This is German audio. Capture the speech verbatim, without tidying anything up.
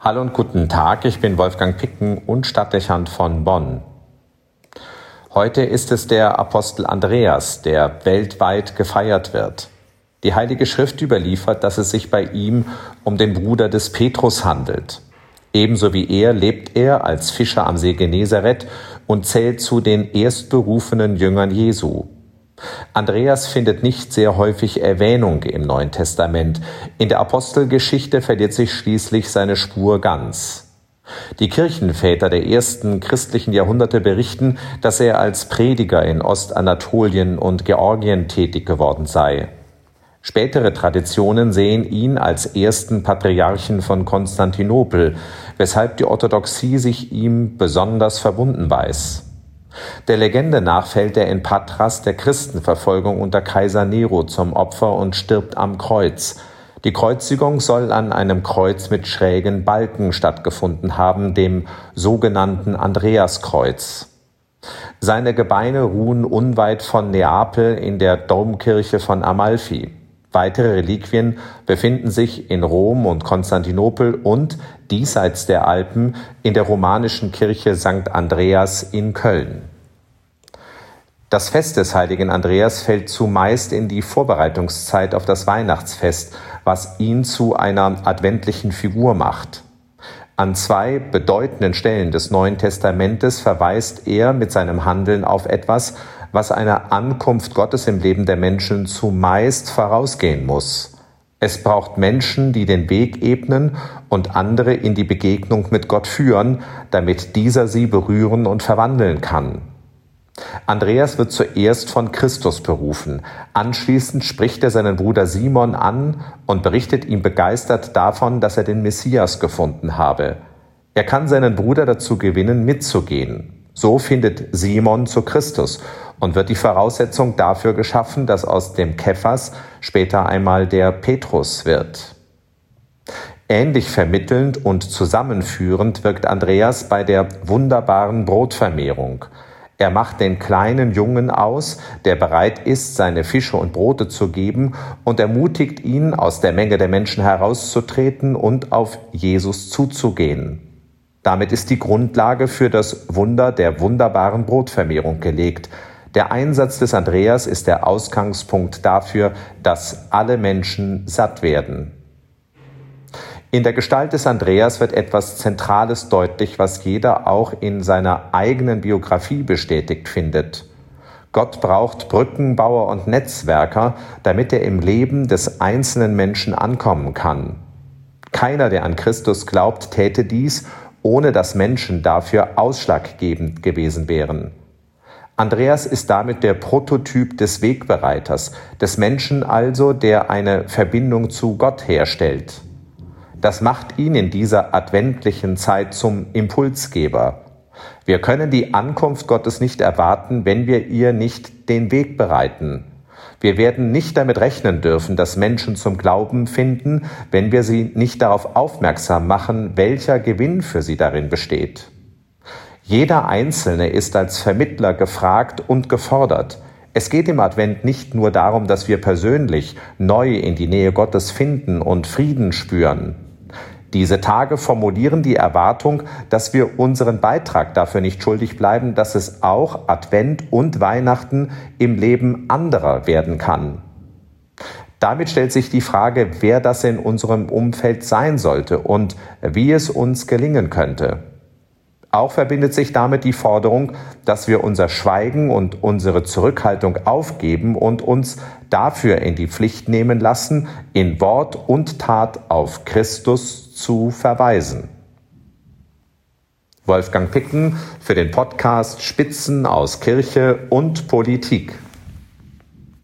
Hallo und guten Tag, ich bin Wolfgang Picken und Stadtdechant von Bonn. Heute ist es der Apostel Andreas, der weltweit gefeiert wird. Die Heilige Schrift überliefert, dass es sich bei ihm um den Bruder des Petrus handelt. Ebenso wie er lebt er als Fischer am See Genezareth und zählt zu den erstberufenen Jüngern Jesu. Andreas findet nicht sehr häufig Erwähnung im Neuen Testament. In der Apostelgeschichte verliert sich schließlich seine Spur ganz. Die Kirchenväter der ersten christlichen Jahrhunderte berichten, dass er als Prediger in Ostanatolien und Georgien tätig geworden sei. Spätere Traditionen sehen ihn als ersten Patriarchen von Konstantinopel, weshalb die Orthodoxie sich ihm besonders verbunden weiß. Der Legende nach fällt er in Patras der Christenverfolgung unter Kaiser Nero zum Opfer und stirbt am Kreuz. Die Kreuzigung soll an einem Kreuz mit schrägen Balken stattgefunden haben, dem sogenannten Andreaskreuz. Seine Gebeine ruhen unweit von Neapel in der Domkirche von Amalfi. Weitere Reliquien befinden sich in Rom und Konstantinopel und, diesseits der Alpen, in der romanischen Kirche Sankt Andreas in Köln. Das Fest des heiligen Andreas fällt zumeist in die Vorbereitungszeit auf das Weihnachtsfest, was ihn zu einer adventlichen Figur macht. An zwei bedeutenden Stellen des Neuen Testamentes verweist er mit seinem Handeln auf etwas, was einer Ankunft Gottes im Leben der Menschen zumeist vorausgehen muss. Es braucht Menschen, die den Weg ebnen und andere in die Begegnung mit Gott führen, damit dieser sie berühren und verwandeln kann. Andreas wird zuerst von Christus berufen. Anschließend spricht er seinen Bruder Simon an und berichtet ihm begeistert davon, dass er den Messias gefunden habe. Er kann seinen Bruder dazu gewinnen, mitzugehen. So findet Simon zu Christus und wird die Voraussetzung dafür geschaffen, dass aus dem Kephas später einmal der Petrus wird. Ähnlich vermittelnd und zusammenführend wirkt Andreas bei der wunderbaren Brotvermehrung. Er macht den kleinen Jungen aus, der bereit ist, seine Fische und Brote zu geben, und ermutigt ihn, aus der Menge der Menschen herauszutreten und auf Jesus zuzugehen. Damit ist die Grundlage für das Wunder der wunderbaren Brotvermehrung gelegt. Der Einsatz des Andreas ist der Ausgangspunkt dafür, dass alle Menschen satt werden. In der Gestalt des Andreas wird etwas Zentrales deutlich, was jeder auch in seiner eigenen Biografie bestätigt findet. Gott braucht Brückenbauer und Netzwerker, damit er im Leben des einzelnen Menschen ankommen kann. Keiner, der an Christus glaubt, täte dies, ohne dass Menschen dafür ausschlaggebend gewesen wären. Andreas ist damit der Prototyp des Wegbereiters, des Menschen also, der eine Verbindung zu Gott herstellt. Das macht ihn in dieser adventlichen Zeit zum Impulsgeber. Wir können die Ankunft Gottes nicht erwarten, wenn wir ihr nicht den Weg bereiten. Wir werden nicht damit rechnen dürfen, dass Menschen zum Glauben finden, wenn wir sie nicht darauf aufmerksam machen, welcher Gewinn für sie darin besteht. Jeder Einzelne ist als Vermittler gefragt und gefordert. Es geht im Advent nicht nur darum, dass wir persönlich neu in die Nähe Gottes finden und Frieden spüren. Diese Tage formulieren die Erwartung, dass wir unseren Beitrag dafür nicht schuldig bleiben, dass es auch Advent und Weihnachten im Leben anderer werden kann. Damit stellt sich die Frage, wer das in unserem Umfeld sein sollte und wie es uns gelingen könnte. Auch verbindet sich damit die Forderung, dass wir unser Schweigen und unsere Zurückhaltung aufgeben und uns dafür in die Pflicht nehmen lassen, in Wort und Tat auf Christus zu verweisen. Wolfgang Picken für den Podcast Spitzen aus Kirche und Politik.